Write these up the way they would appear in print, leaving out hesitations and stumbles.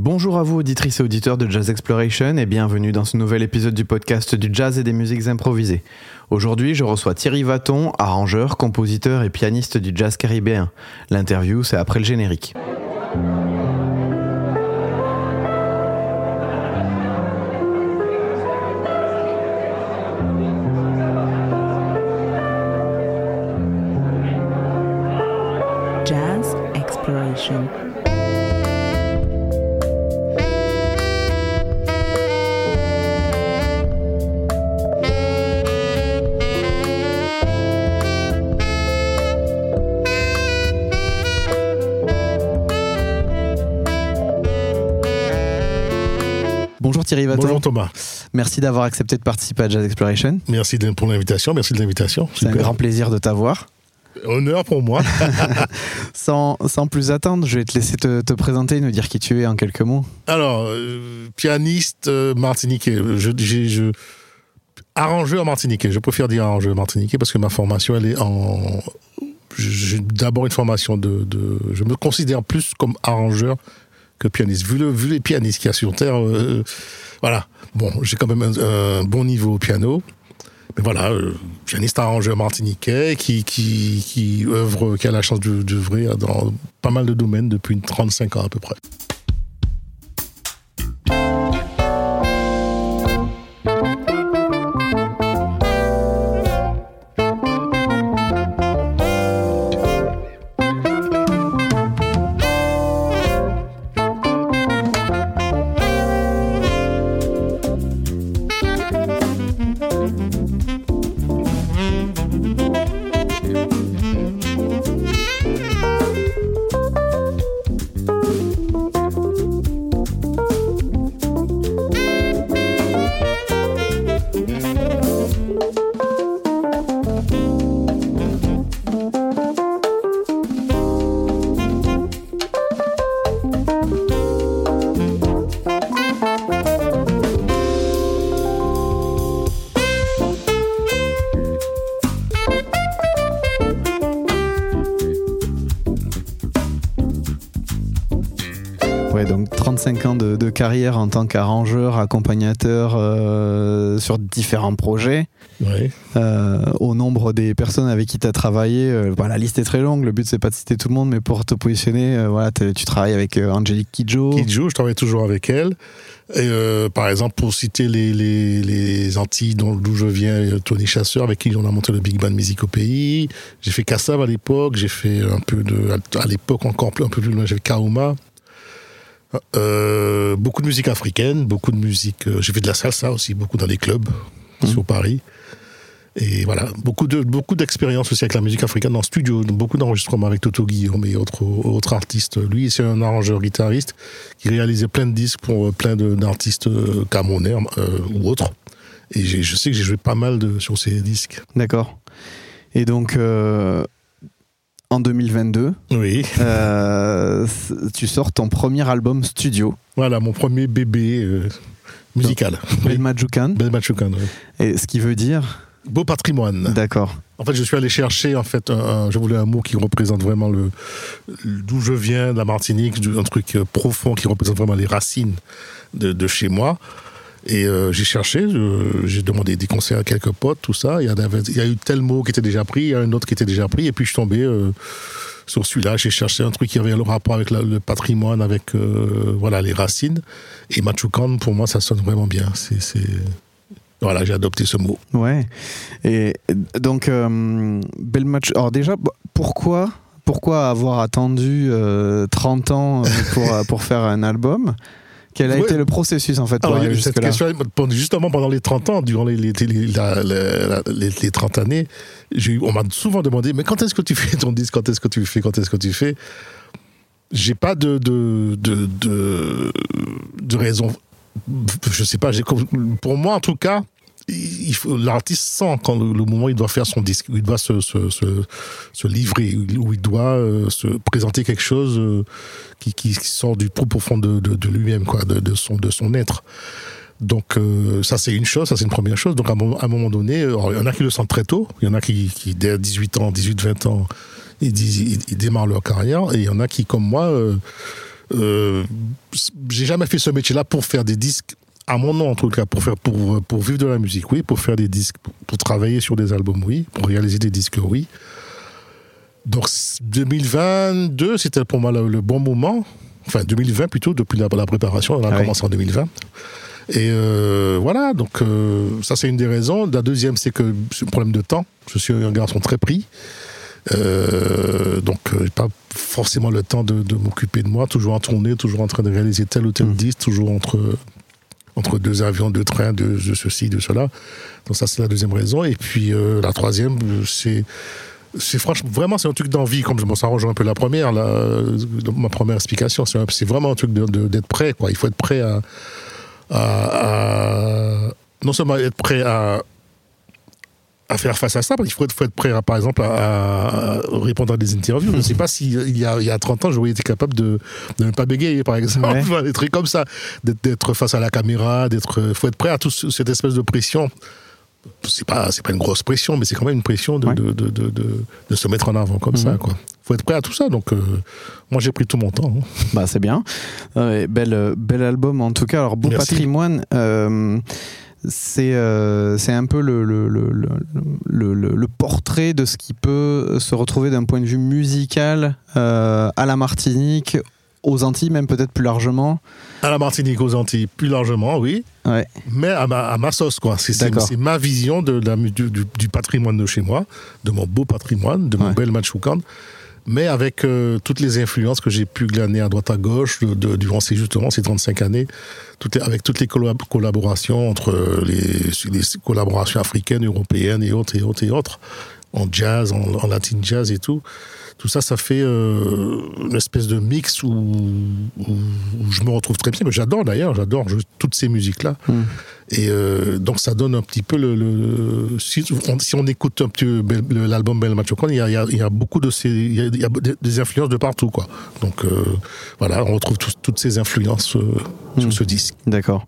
Bonjour à vous auditrices et auditeurs de Jazz Exploration et bienvenue dans ce nouvel épisode du podcast du jazz et des musiques improvisées. Aujourd'hui, je reçois Thierry Vaton, arrangeur, compositeur et pianiste du jazz caribéen. L'interview, c'est après le générique. Jazz Exploration. Bonjour Thierry Vaton. Bonjour Thomas. Merci d'avoir accepté de participer à Jazz Exploration. Merci pour l'invitation. Merci de l'invitation. C'est un grand plaisir de t'avoir. Honneur pour moi. Sans plus attendre, je vais te laisser te présenter et nous dire qui tu es en quelques mots. Alors, pianiste martiniquais. Arrangeur martiniquais. Je préfère dire arrangeur martiniquais parce que ma formation, elle est en... J'ai d'abord une formation je me considère plus comme arrangeur que pianiste. Vu les pianistes qu'il y a sur Terre, voilà. Bon, j'ai quand même un bon niveau au piano. Mais voilà, pianiste arrangeur martiniquais qui œuvre, qui a la chance d'œuvrer dans pas mal de domaines depuis 35 ans à peu près. Ouais, donc 35 ans de carrière en tant qu'arrangeur, accompagnateur sur différents projets. Ouais. Au nombre des personnes avec qui tu as travaillé, la liste est très longue. Le but, c'est pas de citer tout le monde, mais pour te positionner, tu travailles avec Angélique Kidjo. Kidjo, je travaille toujours avec elle. Et, par exemple, pour citer les Antilles d'où je viens, Tony Chasseur, avec qui on a monté le Big Band Musique au pays. J'ai fait Kassav à l'époque, j'ai fait à l'époque encore un peu plus loin, j'ai fait Kauma. Beaucoup de musique africaine, beaucoup de musique. J'ai fait de la salsa aussi, beaucoup dans les clubs sur Paris. Et voilà, beaucoup d'expériences aussi avec la musique africaine en studio, beaucoup d'enregistrements avec Toto Guillaume et autres artistes. Lui, c'est un arrangeur-guitariste qui réalisait plein de disques pour plein d'artistes camerounais ou autres. Et je sais que j'ai joué pas mal sur ces disques. D'accord. Et donc, en 2022, oui. Tu sors ton premier album studio. Voilà, mon premier bébé musical. Belmajukan. Belmajukan, oui. Et ce qui veut dire... Beau patrimoine. D'accord. En fait, je suis allé chercher, je voulais un mot qui représente vraiment d'où je viens, de la Martinique, un truc profond qui représente vraiment les racines de chez moi. Et j'ai cherché, j'ai demandé des conseils à quelques potes, tout ça. Il y a eu tel mot qui était déjà pris, il y a un autre qui était déjà pris, et puis je suis tombé sur celui-là. J'ai cherché un truc qui avait le rapport avec le patrimoine, avec les racines. Et Machukan, pour moi, ça sonne vraiment bien. Voilà, j'ai adopté ce mot. Ouais. Et donc, alors déjà, pourquoi avoir attendu 30 ans pour faire un album ? Quel a été le processus en fait pour arriver jusque-là ? Cette question, justement pendant les 30 ans, durant les 30 années, on m'a souvent demandé, mais quand est-ce que tu fais ton disque ? Quand est-ce que tu fais ? J'ai pas de raison. Je sais pas. Pour moi, en tout cas, l'artiste sent quand le moment où il doit faire son disque, où il doit se livrer, où il doit se présenter quelque chose qui sort du plus profond de lui-même, quoi, de son être. Donc ça c'est une chose, ça c'est une première chose. Donc à un moment donné, il y en a qui le sentent très tôt, il y en a qui dès 18 ans, 18-20 ans, ils démarrent leur carrière, et il y en a qui, comme moi, J'ai jamais fait ce métier-là pour faire des disques, à mon nom en tout cas, pour vivre de la musique, oui, pour faire des disques, pour travailler sur des albums, oui, pour réaliser des disques, oui. Donc 2022, c'était pour moi le bon moment. Enfin, 2020 plutôt, depuis la préparation, on a commencé en 2020. Et voilà, donc ça c'est une des raisons. La deuxième, c'est que c'est un problème de temps. Je suis un garçon très pris. Donc j'ai pas forcément le temps de m'occuper de moi, toujours en tournée, toujours en train de réaliser tel ou tel disque, toujours entre deux avions, deux trains, de ceci, de cela. Donc ça c'est la deuxième raison. Et puis la troisième, c'est franchement, vraiment, c'est un truc d'envie, comme ça rejoint un peu la première, ma première explication. C'est vraiment un truc d'être prêt, quoi. Il faut être prêt non seulement être prêt à faire face à ça, parce qu'il faut être prêt, par exemple, à répondre à des interviews. Je ne sais pas s'il y a 30 ans, j'aurais été capable de ne pas bégayer, par exemple. Ouais. Des trucs comme ça. D'être face à la caméra, faut être prêt à toute cette espèce de pression. C'est pas une grosse pression, mais c'est quand même une pression de se mettre en avant comme ça, quoi. Faut être prêt à tout ça, donc moi j'ai pris tout mon temps. Bah c'est bien. Bel album en tout cas. Alors Beau Merci. Patrimoine, c'est un peu le portrait de ce qui peut se retrouver d'un point de vue musical à la Martinique, aux Antilles même peut-être plus largement. À la Martinique, aux Antilles, plus largement, oui. Ouais. Mais à ma sauce, quoi. C'est ma vision du patrimoine de chez moi, de mon beau patrimoine, de mon bel Manchoukan, mais avec toutes les influences que j'ai pu glaner à droite à gauche durant ces 35 années, avec toutes les collaborations entre les collaborations africaines, européennes et autres, en jazz, en latin jazz et tout. Tout ça, ça fait une espèce de mix où je me retrouve très bien. Mais j'adore toutes ces musiques-là. Et donc, ça donne un petit peu si on écoute un petit l'album Bel Manchoukan, il y a beaucoup il y a des influences de partout, quoi. Donc, voilà, on retrouve toutes ces influences sur ce disque. D'accord.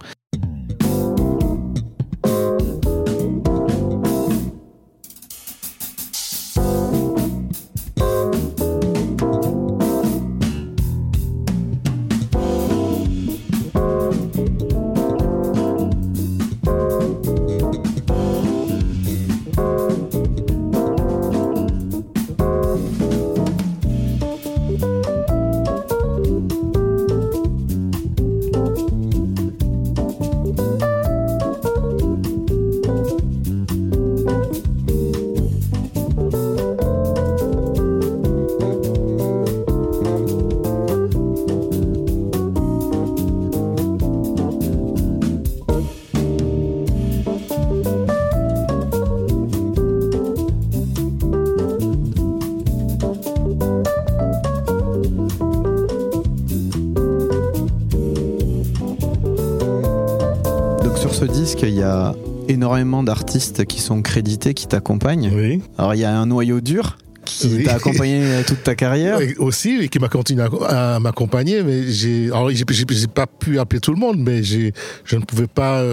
Il y a énormément d'artistes qui sont crédités, qui t'accompagnent. Oui. Alors il y a un noyau dur qui t'a accompagné toute ta carrière. Oui, aussi, et qui m'a continué à m'accompagner, mais j'ai pas pu appeler tout le monde, mais je ne pouvais pas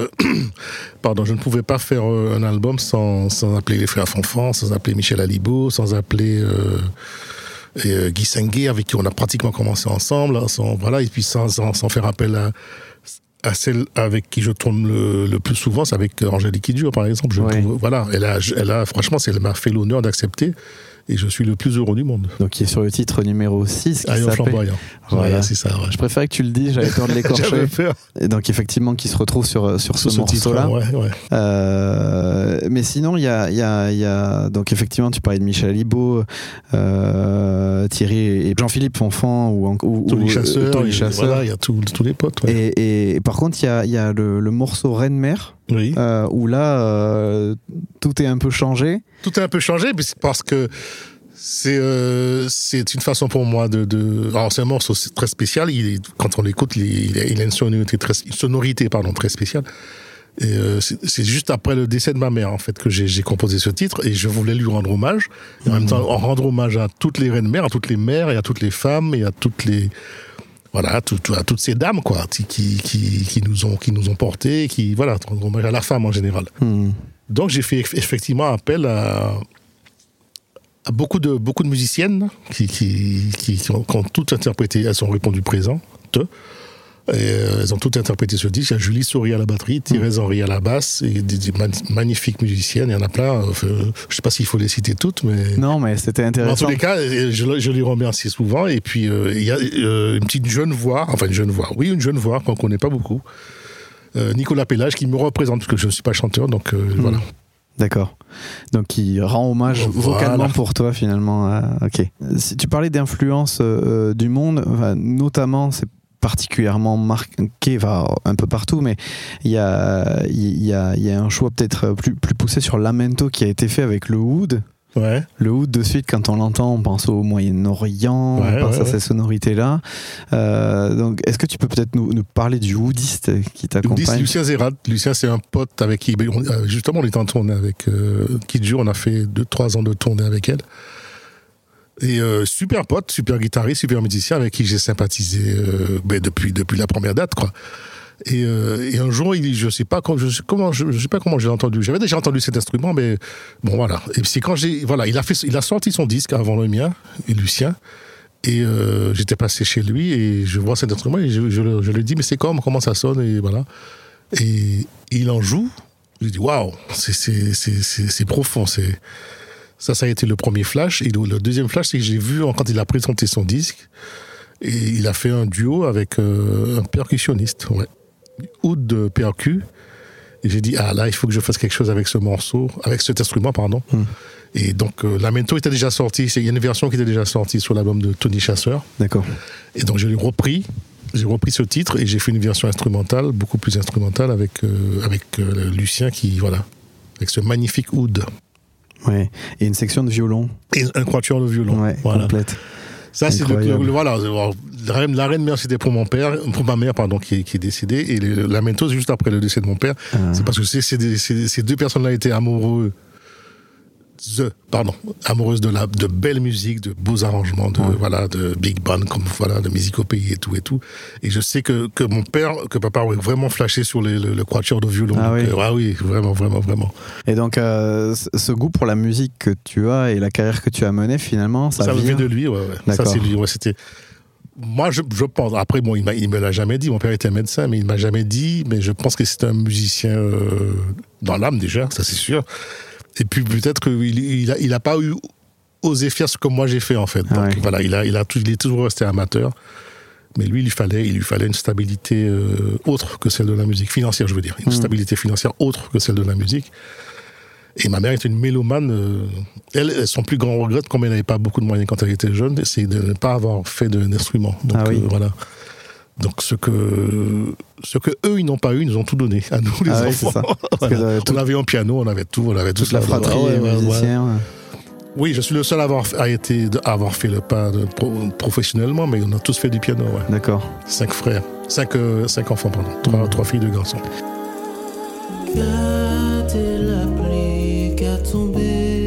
faire un album sans appeler les frères Fonfan, sans appeler Michel Alibo, sans appeler Guy Senguet, avec qui on a pratiquement commencé ensemble, et puis sans faire appel à celle avec qui je tourne le plus souvent, c'est avec Angélique Kidjo, par exemple. Franchement, elle m'a fait l'honneur d'accepter, et je suis le plus heureux du monde. Donc, il est sur le titre numéro 6. Ayant flamboyant. Voilà, c'est ça. Ouais. Je préférais que tu le dises, j'avais peur de l'écorcher. J'avais peur. Et donc, effectivement, qui se retrouve sur ce morceau-là. Mais sinon, il y a. Donc, effectivement, tu parlais de Michel Alibo, Thierry et Jean-Philippe Fonfan ou Tony Chasseur. Voilà, il y a tous les potes. Ouais. Et par contre, il y a le morceau Reine-Mère. Oui. Où là, tout est un peu changé. Tout est un peu changé, parce que c'est une façon pour moi alors c'est un morceau très spécial. Quand on l'écoute, il a une sonorité très spéciale. Et c'est juste après le décès de ma mère, en fait, que j'ai composé ce titre, et je voulais lui rendre hommage. Et en même temps, rendre hommage à toutes les reines-mères, à toutes les mères, et à toutes les femmes, et à toutes les... Voilà, à toutes ces dames, quoi, qui nous ont portés, rendre hommage à la femme en général. Donc j'ai fait effectivement appel à beaucoup de musiciennes qui ont toutes interprété, elles ont répondu présent, toutes. Et, elles ont toutes interprété ce disque. Il y a Julie Saury à la batterie, Thérèse Henry à la basse, et des magnifiques musiciennes. Il y en a plein. Je ne sais pas s'il faut les citer toutes, mais... Non, mais c'était intéressant. En tous les cas, je les remercie souvent. Et puis, il y a une petite jeune voix, une jeune voix qu'on ne connaît pas beaucoup. Nicolas Pellage, qui me représente, parce que je ne suis pas chanteur, donc voilà. D'accord. Donc, qui rend hommage vocalement pour toi, finalement. Ok. Si tu parlais d'influence du monde, notamment, c'est particulièrement marqué, un peu partout, mais il y a un choix peut-être plus poussé sur Lamento qui a été fait avec le oud. Ouais. Le oud, de suite, quand on l'entend, on pense au Moyen-Orient, on pense à ces sonorités-là. Donc, est-ce que tu peux peut-être nous parler du oudiste qui t'accompagne ? Lucien Zérat. Lucien, c'est un pote avec qui, justement, on est en tournée avec Kidjo. On a fait 2-3 ans de tournée avec elle. Et super pote, super guitariste, super musicien avec qui j'ai sympathisé depuis la première date, quoi. Et un jour, je sais pas comment j'ai entendu. J'avais déjà entendu cet instrument, mais bon, voilà. Et c'est quand il a sorti son disque avant le mien, et Lucien. Et j'étais passé chez lui et je vois cet instrument et je lui dis, mais c'est comment ça sonne, et voilà. Et il en joue. Je lui dis, waouh, c'est profond, Ça a été le premier flash. Et le deuxième flash, c'est que j'ai vu, quand il a présenté son disque, et il a fait un duo avec un percussionniste, oud de percu. Et j'ai dit, là, il faut que je fasse quelque chose avec cet instrument, pardon. Et donc, Lamento était déjà sorti. Il y a une version qui était déjà sortie sur l'album de Tony Chasseur. D'accord. Et donc, j'ai repris ce titre et j'ai fait une version instrumentale, beaucoup plus instrumentale, avec Lucien avec ce magnifique oud. Ouais, et une section de violon. Et un quatuor de violon. Ouais, complète. Ça, c'est la reine mère, c'était pour ma mère, qui est décédée. Et Lamento, juste après le décès de mon père. C'est parce que ces deux personnes-là étaient amoureuses de belle musique, de beaux arrangements, de big band, de musique au pays et tout. Et je sais que papa aurait vraiment flashé sur le quatuor de violon. Oui, vraiment, vraiment, vraiment. Et donc, ce goût pour la musique que tu as et la carrière que tu as menée, finalement, ça vient de lui, ouais. Ça, c'est lui, c'était... Moi, je pense... Après, bon, il me l'a jamais dit. Mon père était médecin, mais il m'a jamais dit. Mais je pense que c'est un musicien dans l'âme, déjà, ça, c'est sûr. Et puis peut-être qu'il n'a pas osé faire ce que moi j'ai fait, en fait. Donc il est toujours resté amateur. Mais lui, il lui fallait une stabilité autre que celle de la musique, financière, je veux dire. Une stabilité financière autre que celle de la musique. Et ma mère était une mélomane. Elle, son plus grand regret, comme elle n'avait pas beaucoup de moyens quand elle était jeune, c'est de ne pas avoir fait d'un instrument. Donc voilà. Donc ce que eux ils n'ont pas eu, ils nous ont tout donné à nous les enfants. C'est ça. On avait un piano, on avait tout, toute la fratrie musicienne. Oui, je suis le seul à avoir fait le pas professionnellement, mais on a tous fait du piano. Ouais. D'accord. 5 frères, 5 enfants, pardon, 3 filles, 2 garçons. Gardez la pluie qui a tombé.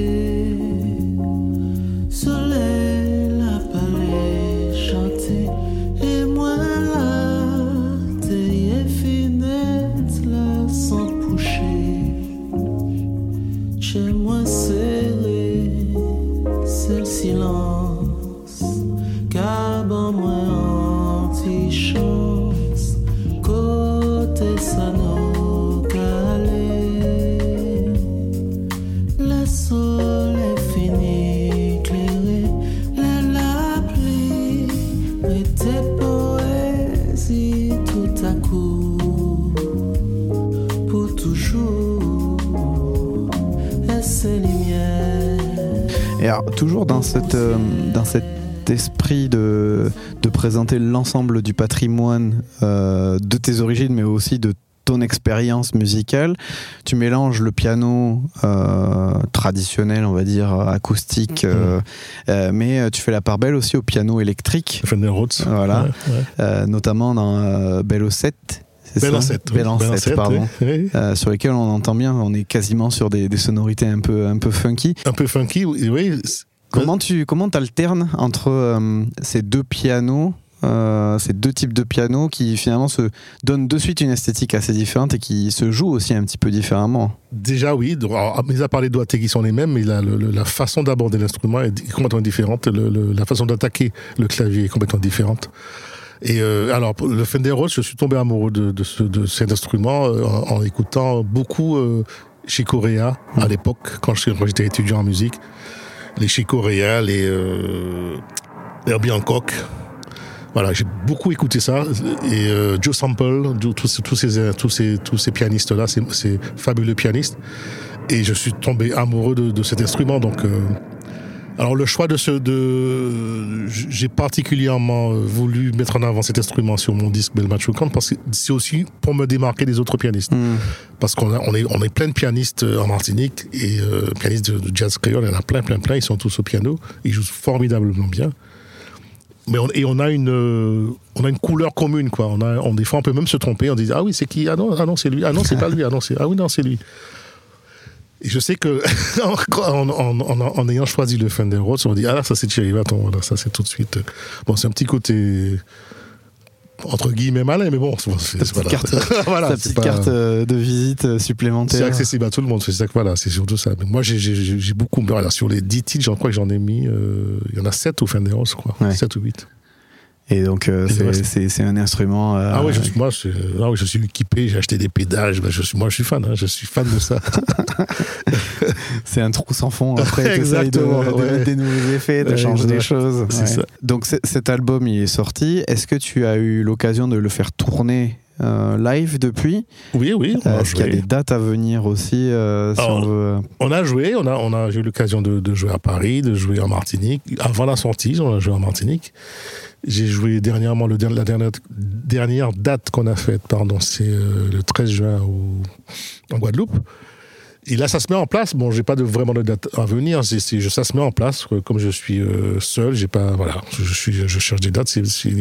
Silence, car bon moi anti-chance, côté ça nous calé. Le soleil fini éclairé, la pluie était poésie tout à coup, pour toujours, et c'est lumière. Et alors, toujours dans cet esprit de présenter l'ensemble du patrimoine de tes origines, mais aussi de ton expérience musicale, tu mélanges le piano traditionnel, on va dire, acoustique, mais tu fais la part belle aussi au piano électrique. Fender Rhodes. Voilà. Notamment dans Bello 7. Bel Ancêtre, pardon. Oui. Sur lesquels on entend bien, on est quasiment sur des sonorités un peu funky. Un peu funky, oui. Comment t'alternes entre ces deux pianos, ces deux types de pianos qui finalement se donnent de suite une esthétique assez différente et qui se jouent aussi un petit peu différemment? Déjà oui, mis à part les doigtés qui sont les mêmes, mais la façon d'aborder l'instrument est complètement différente, la façon d'attaquer le clavier est complètement différente. Et alors, le Fender Rhodes, je suis tombé amoureux de cet instrument en écoutant beaucoup Chick Corea à l'époque, quand j'étais étudiant en musique. Les Chick Corea, les Herbie Hancock. Voilà, j'ai beaucoup écouté ça. Et Joe Sample, tous ces pianistes-là, ces fabuleux pianistes. Et je suis tombé amoureux de cet instrument. Donc, alors le choix j'ai particulièrement voulu mettre en avant cet instrument sur mon disque Bell Machucan parce que c'est aussi pour me démarquer des autres pianistes. Parce qu'on est plein de pianistes en Martinique et pianistes de jazz créole, il y en a plein, ils sont tous au piano, ils jouent formidablement bien. Mais on a une couleur commune, quoi. Des fois on peut même se tromper, on dit ah oui c'est qui, ah non c'est lui, ah non c'est pas lui, ah oui non c'est lui. Et je sais que en ayant choisi le Fender Rhodes, on dit ah là ça c'est Thierry Vaton, voilà, ça c'est tout de suite. Bon, c'est un petit côté entre guillemets malin, mais bon, c'est petite carte, voilà, ta petite carte de visite supplémentaire. C'est accessible à tout le monde, c'est ça que voilà, c'est surtout ça. Mais moi j'ai beaucoup, voilà, sur les 10 titres, j'en crois que j'en ai mis, il y en a 7 au Fender Rhodes, je crois, 7 ou 8. Et donc, c'est un instrument. Ah oui, je suis équipé, j'ai acheté des pédales. Je suis fan, je suis fan de ça. C'est un trou sans fond. Après, exactement. De mettre des nouveaux effets, de changer des choses. C'est ça. Donc, cet album, il est sorti. Est-ce que tu as eu l'occasion de le faire tourner live depuis? Oui. Est-ce qu'il y a des dates à venir aussi On a joué, j'ai eu l'occasion de jouer à Paris, de jouer en Martinique. Avant la sortie, on a joué en Martinique. J'ai joué dernièrement, la dernière date qu'on a faite, c'est le 13 juin en Guadeloupe. Et là, ça se met en place. Bon, j'ai pas vraiment de date à venir. Ça se met en place. Comme je suis seul, j'ai pas, voilà, je cherche des dates.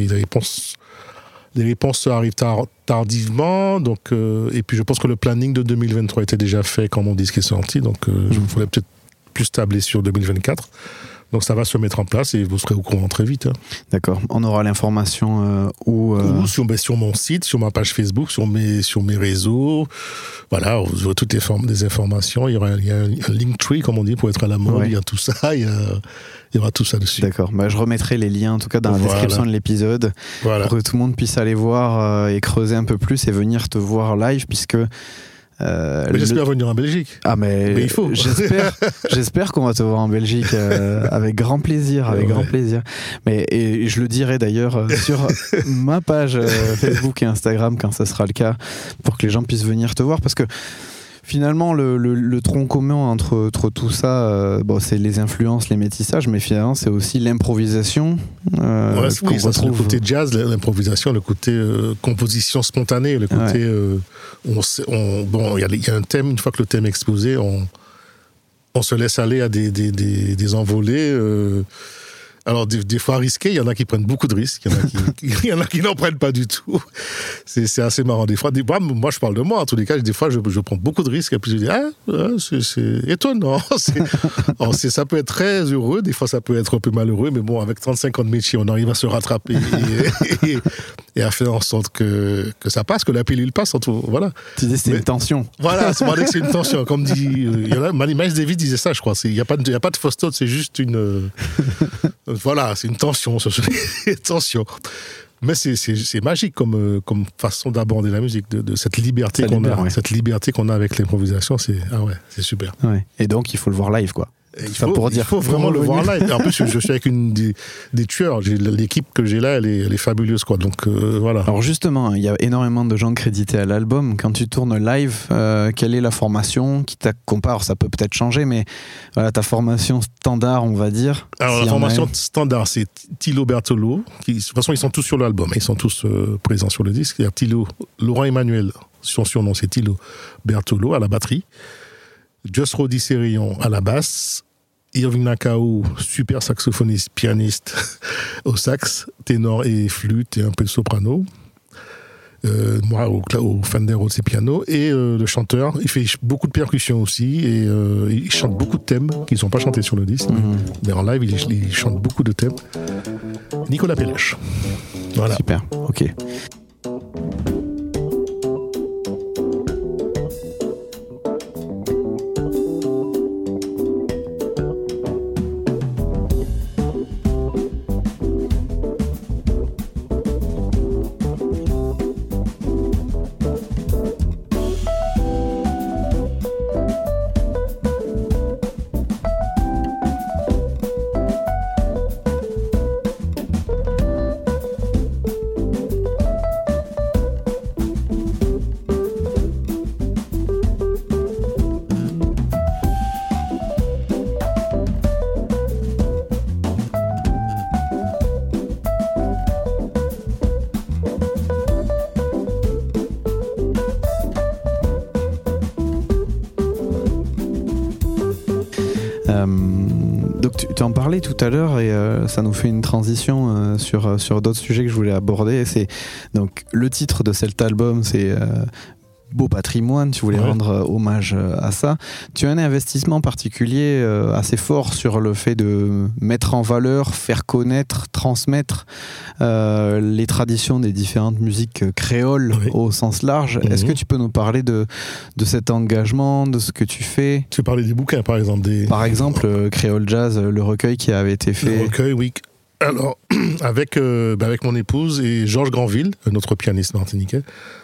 Les réponses arrivent tardivement. Donc, et puis, je pense que le planning de 2023 était déjà fait quand mon disque est sorti. Donc, je voulais peut-être plus tabler sur 2024. Donc ça va se mettre en place et vous serez au courant très vite. D'accord. On aura l'information où sur mon site, sur ma page Facebook, sur mes réseaux. Voilà, vous aurez toutes les informations. Il y a un Linktree, comme on dit, pour être à la mode. Ouais. Il y a tout ça. Il y aura tout ça dessus. D'accord. Je remettrai les liens, en tout cas, dans la description de l'épisode, pour que tout le monde puisse aller voir et creuser un peu plus et venir te voir live, puisque... mais j'espère venir en Belgique. Ah mais il faut. J'espère qu'on va te voir en Belgique avec grand plaisir, grand plaisir. Et je le dirai d'ailleurs sur ma page Facebook et Instagram quand ça sera le cas, pour que les gens puissent venir te voir, parce que finalement le tronc commun entre tout ça, c'est les influences, les métissages, mais finalement c'est aussi l'improvisation. Oui, ça c'est le côté jazz, l'improvisation, le côté composition spontanée, le côté il y a un thème, une fois que le thème est exposé, on se laisse aller à des envolées. Alors, des fois risqués, il y en a qui prennent beaucoup de risques, il y en a qui n'en prennent pas du tout. C'est assez marrant. Des fois, moi, je parle de moi, en tous les cas, des fois, je prends beaucoup de risques, et puis je dis, c'est étonnant. Ça peut être très heureux, des fois, ça peut être un peu malheureux, mais bon, avec 35 ans de métier, on arrive à se rattraper et à faire en sorte que ça passe, que la pilule passe. Voilà. Tu dis, c'est une tension. Voilà, c'est une tension. Comme dit, Miles Davis disait ça, je crois. Il n'y a pas de fausse note, c'est juste une... Voilà, c'est une tension, tension. Mais c'est magique comme façon d'aborder la musique, de cette liberté qu'on a, cette liberté qu'on a avec l'improvisation, c'est super. Ouais. Et donc il faut le voir live, quoi. Il faut vraiment le voir live. En plus, je suis avec une des tueurs. L'équipe que j'ai là, elle est fabuleuse, quoi. Donc voilà. Alors justement, il y a énormément de gens crédités à l'album. Quand tu tournes live, quelle est la formation qui t'accompagne? Alors, ça peut peut-être changer, mais voilà, ta formation standard, on va dire. Alors la formation standard, c'est Thilo Bertolo. De toute façon, ils sont tous sur l'album. Ils sont tous présents sur le disque. Il y a Thilo, Laurent Emmanuel, son surnom c'est Thilo Bertolo à la batterie. Just Rodi Serillon à la basse, Irving Nakao, super saxophoniste, pianiste au sax, ténor et flûte et un peu de soprano. Moi au Fender Rhodes et piano, et le chanteur, il fait beaucoup de percussions aussi, et il chante beaucoup de thèmes qui ne sont pas chantés sur le disque, mais en live il chante beaucoup de thèmes. Nicolas Pellèche. Voilà. Super, ok. Donc tu en parlais tout à l'heure et ça nous fait une transition sur d'autres sujets que je voulais aborder. C'est donc le titre de cet album, c'est Beau patrimoine, tu voulais rendre hommage à ça. Tu as un investissement particulier assez fort sur le fait de mettre en valeur, faire connaître, transmettre les traditions des différentes musiques créoles au sens large. Est-ce que tu peux nous parler de cet engagement, de ce que tu fais? Tu parlais des bouquins, par exemple. Par exemple, Créole Jazz, le recueil qui avait été fait. Le recueil, oui. Alors, avec mon épouse et Georges Granville, notre pianiste martiniquais,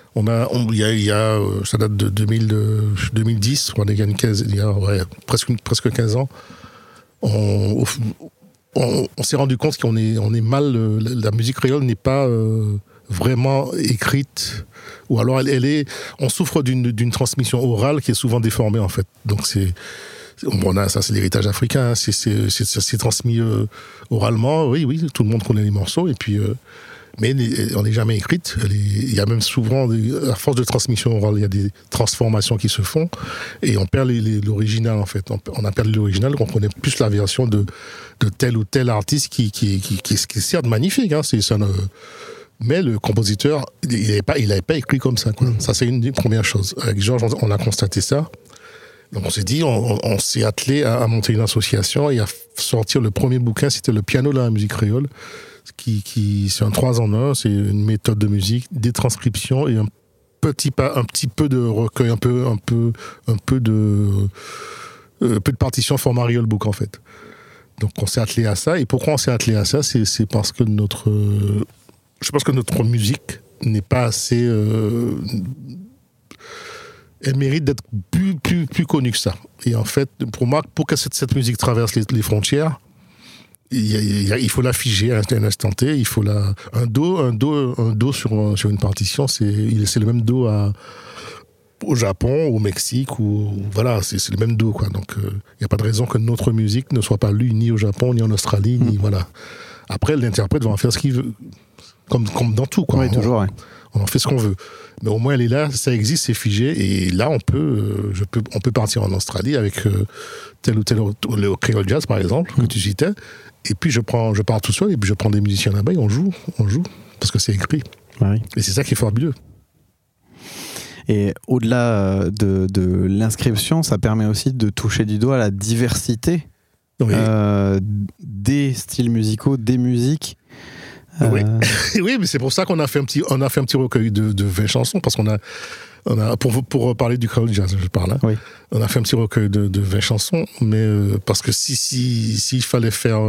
ça date de 2010, il y a presque 15 ans, on s'est rendu compte qu'on est mal, la musique créole n'est pas vraiment écrite, ou alors on souffre d'une transmission orale qui est souvent déformée en fait. Donc ça c'est l'héritage africain, c'est transmis oralement, oui, tout le monde connaît les morceaux, et puis mais on n'est jamais écrite. Il y a même souvent, à force de transmission orale, il y a des transformations qui se font et on perd l'original en fait. On a perdu l'original, on connaît plus la version de tel ou tel artiste qui est certes magnifique. Hein, mais le compositeur, il n'avait pas écrit comme ça. Quoi. Ça, c'est une des premières choses. Avec Georges, on a constaté ça. Donc on s'est dit, on s'est attelé à monter une association et à sortir le premier bouquin, c'était le piano de la musique créole. C'est un 3 en 1, c'est une méthode de musique, des transcriptions et un petit peu de recueil, un peu de partition format real book en fait. Donc on s'est attelé à ça. Et pourquoi on s'est attelé à ça, c'est parce que je pense que notre musique n'est pas assez. Elle mérite d'être plus connue que ça. Et en fait, pour moi, pour que cette musique traverse les frontières, il faut la figer à un instant T. Il faut un do sur une partition, c'est le même do au Japon, au Mexique, ou voilà, c'est le même do quoi. Donc il n'y a pas de raison que notre musique ne soit pas lue ni au Japon, ni en Australie, ni voilà. Après, l'interprète va en faire ce qu'il veut, comme dans tout quoi. Oui, toujours. On en fait ce qu'on veut. Mais au moins, elle est là, ça existe, c'est figé. Et là, on peut partir en Australie avec tel ou tel, le Creole Jazz, par exemple, que tu citais. Et puis, je pars tout seul, et puis je prends des musiciens là-bas, et on joue, parce que c'est écrit. Oui. Et c'est ça qui est fabuleux. Et au-delà de l'inscription, ça permet aussi de toucher du doigt la diversité des styles musicaux, des musiques. Oui. Oui, mais c'est pour ça qu'on a fait un petit recueil de 20 chansons, parce qu'on a pour parler du Creole Jazz, je parle. Hein. Oui. On a fait un petit recueil de 20 chansons, mais parce que s'il fallait faire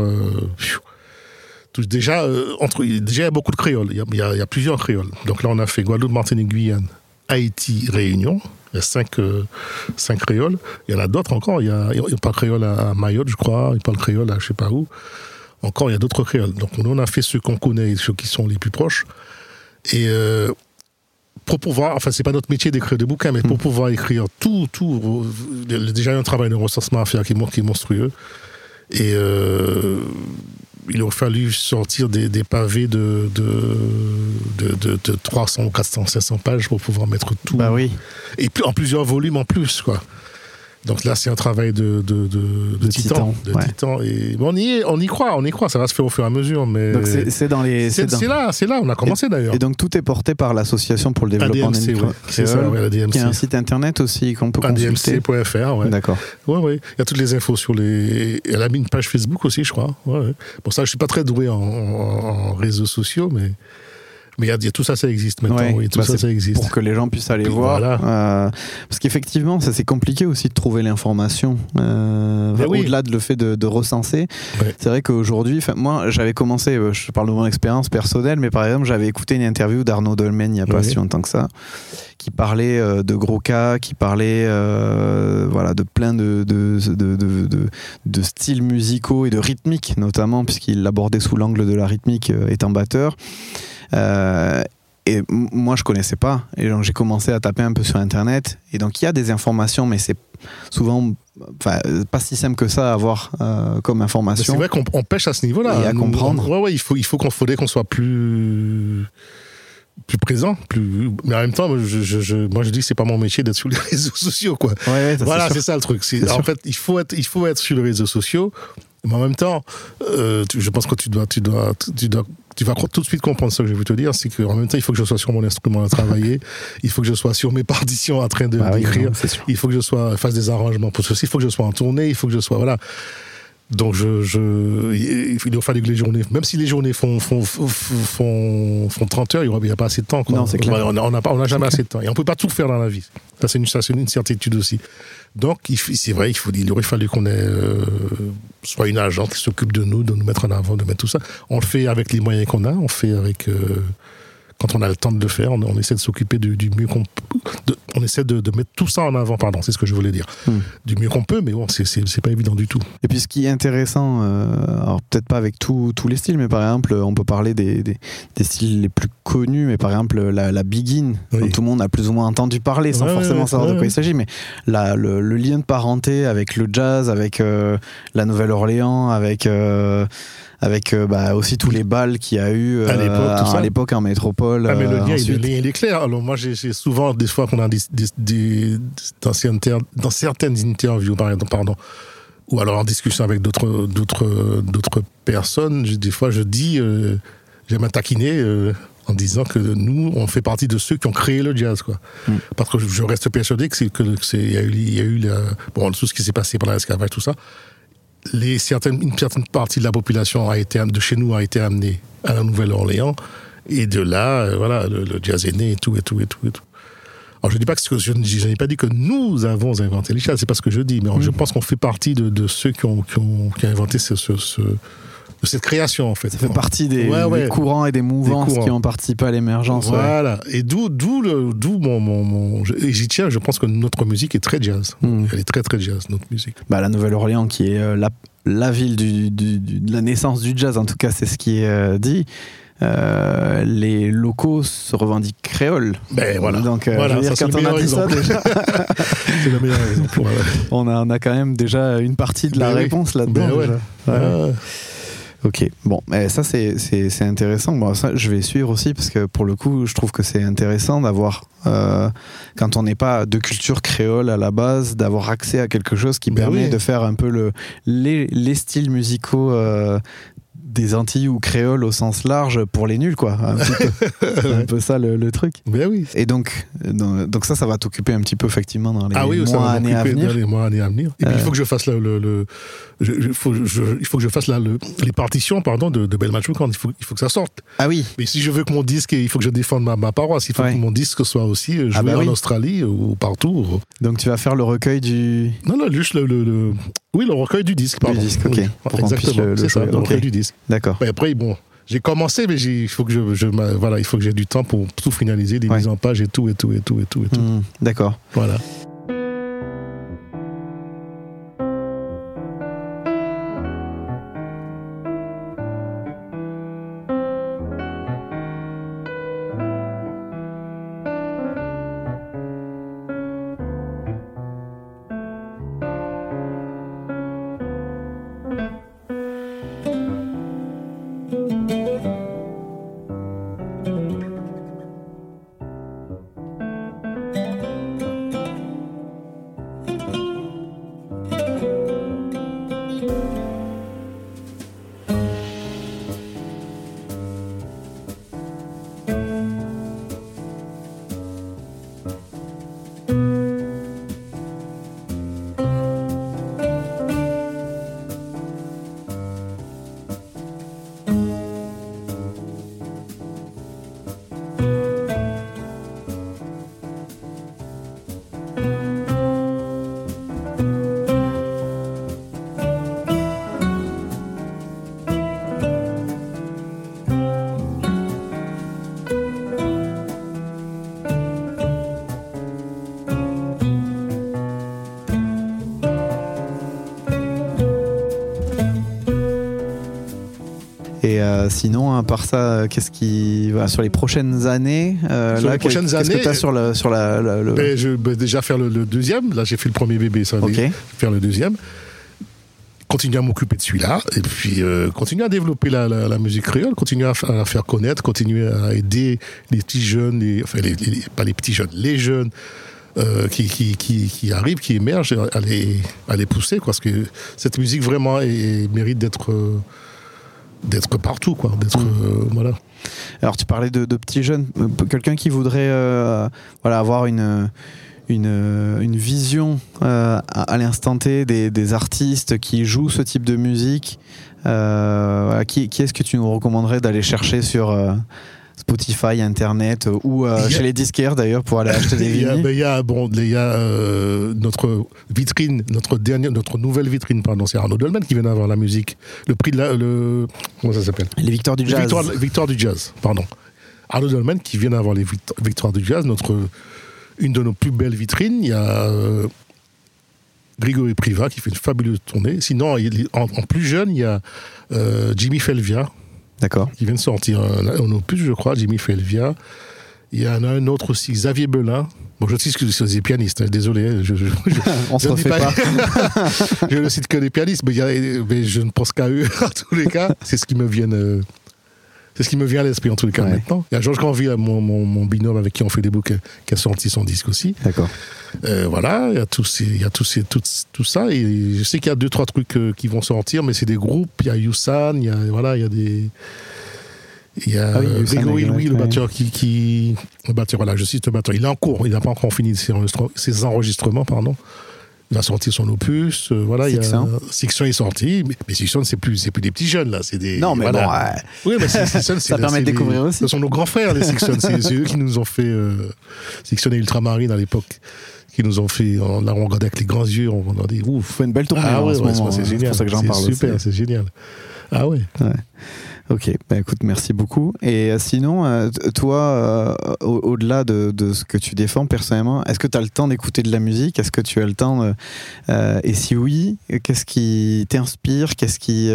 déjà il y a beaucoup de créoles, il y a plusieurs créoles. Donc là, on a fait Guadeloupe, Martinique, Guyane, Haïti, Réunion. Il y a 5 créoles. Il y en a d'autres encore. Il parle créole à Mayotte, je crois. Il parle créole à je sais pas où. Encore, il y a d'autres créoles. Donc, nous, on a fait ceux qu'on connaît et ceux qui sont les plus proches. Et pour pouvoir... Enfin, c'est pas notre métier d'écrire des bouquins, mais pour pouvoir écrire tout... Déjà, il y a un travail de recensement à faire qui est monstrueux. Et il aurait fallu sortir des pavés de 300, 400, 500 pages pour pouvoir mettre tout. Bah oui. Et en plusieurs volumes en plus, quoi. Donc là, c'est un travail de titan. Et bon, on y croit, ça va se faire au fur et à mesure. Mais donc c'est là, on a commencé d'ailleurs. Et donc tout est porté par l'Association pour le développement des musiques créoles, ADMC. Qui a un site internet aussi qu'on peut consulter. ADMC.fr, ouais. D'accord. Ouais. Il y a toutes les infos elle a mis une page Facebook aussi, je crois. Ouais. Bon, ça, je suis pas très doué en réseaux sociaux, mais il y a tout ça, ça existe maintenant. Ouais, oui, tout ça existe. Pour que les gens puissent aller voir. Voilà. Parce qu'effectivement, ça c'est compliqué aussi de trouver l'information. Au-delà de le fait de recenser. Ouais. C'est vrai qu'aujourd'hui, moi j'avais commencé, je parle de mon expérience personnelle, mais par exemple, j'avais écouté une interview d'Arnaud Dolmen il n'y a pas si longtemps que ça, qui parlait de gros cas, qui parlait de plein de styles musicaux et de rythmiques, notamment, puisqu'il l'abordait sous l'angle de la rythmique étant batteur. Et moi je connaissais pas, et donc j'ai commencé à taper un peu sur internet, et donc il y a des informations, mais c'est souvent pas si simple que ça à avoir comme information. C'est vrai qu'on pêche à ce niveau-là et à comprendre. Ouais, il faudrait qu'on soit plus plus présent, mais en même temps, moi je dis que c'est pas mon métier d'être sur les réseaux sociaux, quoi. Ouais, Voilà, c'est ça le truc. En fait, il faut être sur les réseaux sociaux, mais en même temps, je pense que tu vas tout de suite comprendre ce que je veux te dire, c'est qu'en même temps, il faut que je sois sur mon instrument à travailler, il faut que je sois sur mes partitions en train d'écrire, il faut que je fasse des arrangements pour ceci, il faut que je sois en tournée, il faut que je sois, voilà. Donc il a fallu que les journées, même si les journées font 30 heures, il n'y a pas assez de temps, quoi. Non, c'est clair. On n'a jamais assez de temps. Et on ne peut pas tout faire dans la vie. Ça, c'est une certitude aussi. Donc, c'est vrai, il aurait fallu qu'on ait soit une agence qui s'occupe de nous mettre en avant, de mettre tout ça. On le fait avec les moyens qu'on a, on fait avec... quand on a le temps de le faire, on essaie de s'occuper du mieux qu'on peut. On essaie de mettre tout ça en avant, c'est ce que je voulais dire. Du mieux qu'on peut, mais bon, c'est pas évident du tout. Et puis ce qui est intéressant, alors peut-être pas avec tous les styles, mais par exemple, on peut parler des styles les plus connus, mais par exemple la Begin, dont tout le monde a plus ou moins entendu parler, sans forcément savoir de quoi il s'agit, mais le lien de parenté avec le jazz, avec la Nouvelle-Orléans, avec aussi tous les balles qu'il y a eu à l'époque en métropole. Mais le lien, il est clair. Alors moi, j'ai souvent, des fois, qu'on a dans certaines interviews, pardon, ou alors en discussion avec d'autres personnes, des fois je dis, j'aime à taquiner en disant que nous, on fait partie de ceux qui ont créé le jazz, quoi. Parce que je reste persuadé il y a eu tout ce qui s'est passé pendant l'esclavage, tout ça. Une certaine partie de la population de chez nous a été amenée à la Nouvelle-Orléans, et de là, le jazz est né et tout. Alors je dis pas je n'ai pas dit que nous avons inventé le jazz, c'est pas ce que je dis, mais je pense qu'on fait partie de ceux qui ont inventé cette création, en fait. Ça fait partie des courants et des mouvances qui ont participé à l'émergence. Voilà. Et d'où mon j'y tiens, je pense que notre musique est très jazz. Elle est très très jazz, notre musique. La Nouvelle-Orléans, qui est la ville de la naissance du jazz, en tout cas c'est ce qui est dit. Les locaux se revendiquent créoles. Donc, je veux dire, quand on a dit ça, déjà, c'est le meilleur exemple. On a quand même déjà une partie de la réponse là-dedans. Ok, bon, ça c'est intéressant. Bon, ça je vais suivre aussi, parce que pour le coup, je trouve que c'est intéressant d'avoir, quand on n'est pas de culture créole à la base, d'avoir accès à quelque chose qui permet de faire un peu les styles musicaux des Antilles ou créoles au sens large pour les nuls, quoi. C'est un peu ça le truc. Et donc ça va t'occuper un petit peu, effectivement, dans les mois, années à venir. Et puis il faut que je fasse il faut que je fasse les partitions, de Belmatch Records. Il faut que ça sorte. Ah oui. Mais si je veux que mon disque, il faut que je défende ma paroisse. Il faut que mon disque soit aussi joué en Australie ou partout. Donc tu vas faire le recueil du... Non, juste le recueil du disque, pardon. Du disque, ok. Oui, exactement, c'est ça, le recueil du disque. D'accord. Et après, j'ai commencé, mais il faut que il faut que j'ai du temps pour tout finaliser, des mises en page et tout. D'accord. Voilà. Et sinon, à part ça, qu'est-ce qui va sur les prochaines années qu'est-ce que tu as sur Je vais déjà faire le deuxième. Là, j'ai fait le premier bébé, ça va faire le deuxième. continuer à m'occuper de celui-là, et puis continuer à développer la musique créole, continuer à la faire connaître, continuer à aider les petits jeunes, pas les petits jeunes, les jeunes qui arrivent, qui émergent, à les pousser, parce que cette musique vraiment mérite d'être partout, quoi, voilà. Alors tu parlais de petits jeunes, quelqu'un qui voudrait avoir une vision à l'instant T des artistes qui jouent ce type de musique, qui est-ce que tu nous recommanderais d'aller chercher sur Spotify, Internet ou chez les disquaires d'ailleurs pour aller acheter des vinyles? Il y a notre vitrine, notre nouvelle vitrine, pardon, c'est Arnaud Dolmen qui vient d'avoir la musique, le prix de comment ça s'appelle? Les Victoires du Jazz. Victoires du Jazz, pardon. Arnaud Dolmen qui vient d'avoir les Victoires du Jazz, une de nos plus belles vitrines. Il y a Grégory Privat qui fait une fabuleuse tournée. Sinon, en plus jeune, il y a Jimmy Felvia. D'accord. Qui vient de sortir un opus, je crois, Jimmy Felvia. Il y en a un autre aussi, Xavier Belin. Bon, je sais que c'est des pianistes, désolé. On se refait pas. Je ne cite que des pianistes, mais je ne pense qu'à eux, en tous les cas. C'est ce qui me vient à l'esprit, en tous les cas, maintenant. Il y a Georges Granville, mon binôme avec qui on fait des bouquins, qui a sorti son disque aussi. D'accord. Voilà, il y a tout ça. Et je sais qu'il y a 2-3 trucs qui vont sortir, mais c'est des groupes. Il y a Youssan, il y a des... Il y a Grégory Louis, le batteur le batteur, voilà, je cite le batteur. Il est en cours, il n'a pas encore fini ses enregistrements, pardon. Il va sortir son opus, voilà. Sixion est sorti, mais Sixion c'est plus des petits jeunes là, c'est des. Non mais voilà. Bon. Oui, mais Sixion, ça permet de découvrir aussi. Ce sont nos grands frères les Sixion, c'est eux qui nous ont fait Sixion et Ultramarine à l'époque, qui nous ont fait, on a regardé avec les grands yeux, on a dit ouf. Faut une belle tournée en ce moment. C'est génial. C'est pour ça que j'en parle. Super, c'est génial. Ah ouais. Ok, écoute, merci beaucoup. Et sinon, toi, au-delà de ce que tu défends personnellement, est-ce que tu as le temps d'écouter de la musique? Est-ce que tu as le temps et si oui, qu'est-ce qui t'inspire? Qu'est-ce qui...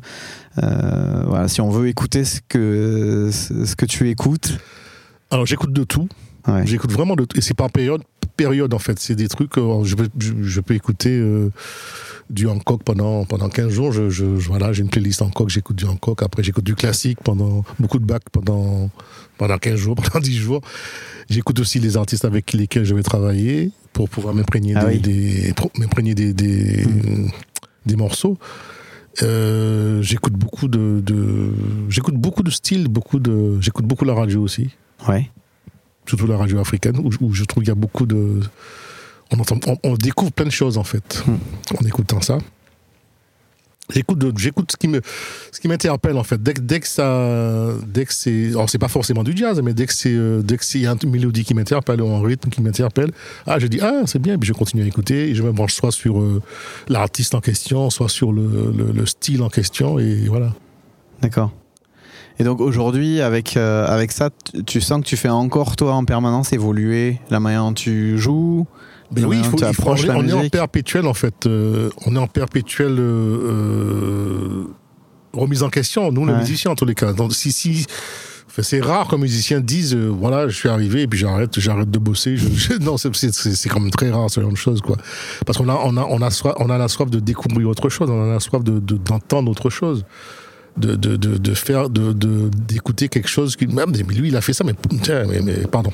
voilà, si on veut écouter ce que tu écoutes. Alors, j'écoute de tout. Ouais. J'écoute vraiment de tout. Et c'est par période en fait. C'est des trucs... je peux écouter... du Hancock pendant 15 jours, voilà, j'ai une playlist Hancock, j'écoute du Hancock, après j'écoute du classique pendant beaucoup de Bach pendant 15 jours, pendant 10 jours. J'écoute aussi les artistes avec lesquels je vais travailler pour pouvoir m'imprégner des morceaux. J'écoute beaucoup de styles, j'écoute beaucoup la radio aussi. Ouais. Surtout la radio africaine où je trouve qu'il y a beaucoup de... On découvre plein de choses en fait en écoutant ça. J'écoute ce qui m'interpelle en fait. Dès que c'est, alors c'est pas forcément du jazz, mais dès que y a une mélodie qui m'interpelle ou un rythme qui m'interpelle, je dis c'est bien, et puis je continue à écouter et je me branche soit sur l'artiste en question, soit sur le style en question et voilà. D'accord. Et donc aujourd'hui, avec ça, tu sens que tu fais encore toi en permanence évoluer la manière dont tu joues. Ben oui, on est en perpétuel en fait. On est en perpétuelle remise en question. Nous, les musiciens, en tous les cas. Donc, c'est rare qu'un musicien dise voilà, je suis arrivé et puis j'arrête de bosser. Non, c'est quand même très rare ce genre de choses, quoi. Parce qu'on a la soif de découvrir autre chose. On a la soif d'entendre autre chose. D'écouter quelque chose mais lui, il a fait ça. Mais pardon.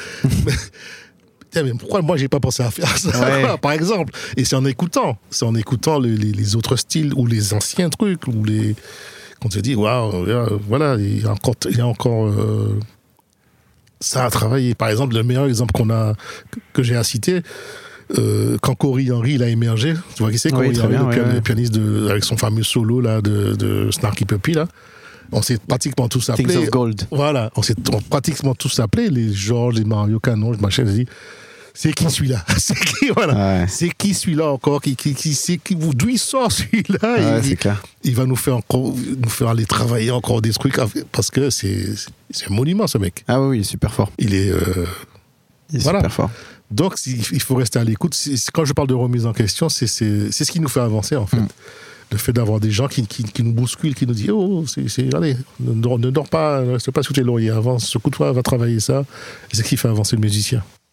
Mais pourquoi moi j'ai pas pensé à faire ça, ouais. Par exemple. Et c'est en écoutant les autres styles ou les anciens trucs ou qu'on se dit waouh, voilà, il y a encore ça à travailler. Par exemple, le meilleur exemple que j'ai à citer, quand Cory Henry il a émergé, tu vois qui c'est, Cory Henry, le pianiste avec son fameux solo là de Snarky Puppy là. On s'est pratiquement tous appelés. Things of Gold. Voilà, on s'est pratiquement tous appelés, les Georges, les Mario Canon, machin. J'ai dit, c'est qui celui-là? C'est qui, voilà. Ouais. C'est qui celui-là encore? D'où il sort celui-là? Ouais, c'est clair. Il va nous faire aller travailler encore des trucs, parce que c'est un monument, ce mec. Ah oui, il est super fort. Il est super fort. Donc, il faut rester à l'écoute. Quand je parle de remise en question, c'est ce qui nous fait avancer, en fait. Le fait d'avoir des gens qui nous bousculent, qui nous disent allez, ne dors pas, ne reste pas sous tes lauriers, avance, secoue-toi, va travailler ça. Et c'est ce qui fait avancer le musicien.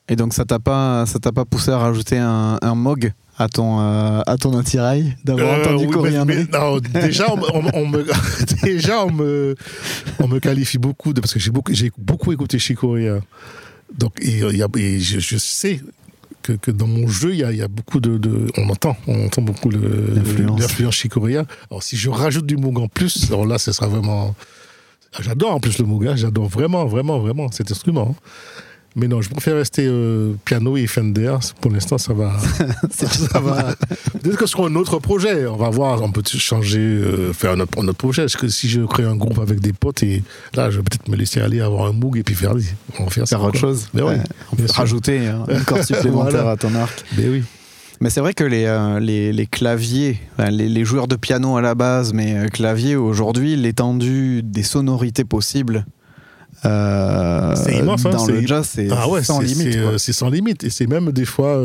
Et donc ça t'a pas poussé à rajouter un Moog à ton attirail d'avoir entendu oui, Coriandré? Non, déjà on me qualifie beaucoup parce que j'ai beaucoup écouté Chick Corea. Donc je sais que dans mon jeu il y a beaucoup on entend beaucoup l'influence Chick Corea. Alors si je rajoute du Moog en plus, alors là ce sera vraiment. J'adore en plus le Moog, j'adore vraiment cet instrument. Mais non, je préfère rester piano et Fender. Pour l'instant, ça va. Ça va. Peut-être que sur un autre projet, on va voir, on peut changer, faire un autre projet. Parce que si je crée un groupe avec des potes, et là, je vais peut-être me laisser aller avoir un Moog et puis faire autre chose. Mais ouais, on peut rajouter un corps supplémentaire voilà. à ton arc. Mais oui. Mais c'est vrai que les claviers, les joueurs de piano à la base, mais claviers aujourd'hui, l'étendue des sonorités possibles. C'est immense, dans le jazz, c'est sans limite. C'est sans limite. Et c'est même des fois.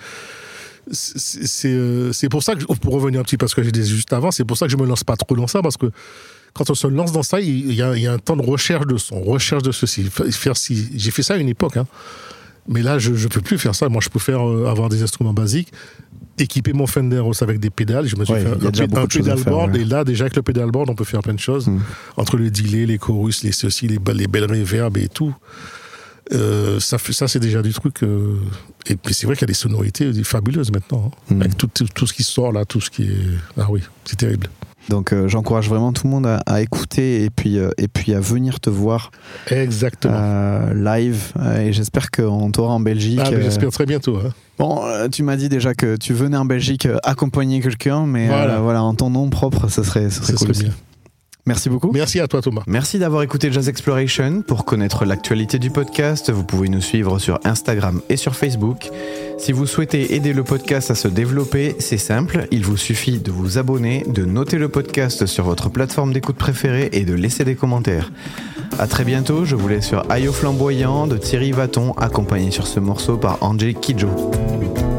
C'est pour ça que, pour revenir un petit peu à ce que j'ai dit juste avant, c'est pour ça que je me lance pas trop dans ça, parce que quand on se lance dans ça, il y a un temps de recherche de son, recherche de ceci. J'ai fait ça à une époque, mais là, je ne peux plus faire ça. Moi, je préfère avoir des instruments basiques, équiper mon Fender aussi avec des pédales. Je me suis fait un pédalboard, et là, déjà avec le pédalboard, on peut faire plein de choses. Entre le delay, les chorus, les ceci, les belles reverbs et tout. Ça, c'est déjà du truc. Et puis, c'est vrai qu'il y a des sonorités fabuleuses maintenant. Avec tout ce qui sort là, tout ce qui est. Ah oui, c'est terrible. Donc j'encourage vraiment tout le monde à écouter et puis à venir te voir. Exactement. Live. Et j'espère qu'on t'aura en Belgique. J'espère très bientôt. Bon, tu m'as dit déjà que tu venais en Belgique accompagner quelqu'un, mais voilà, en ton nom propre, ça serait cool aussi. Bien. Merci beaucoup. Merci à toi, Thomas. Merci d'avoir écouté Jazz Exploration. Pour connaître l'actualité du podcast, vous pouvez nous suivre sur Instagram et sur Facebook. Si vous souhaitez aider le podcast à se développer, c'est simple. Il vous suffit de vous abonner, de noter le podcast sur votre plateforme d'écoute préférée et de laisser des commentaires. À très bientôt. Je vous laisse sur Ayo Flamboyant de Thierry Vaton, accompagné sur ce morceau par Angelique Kidjo.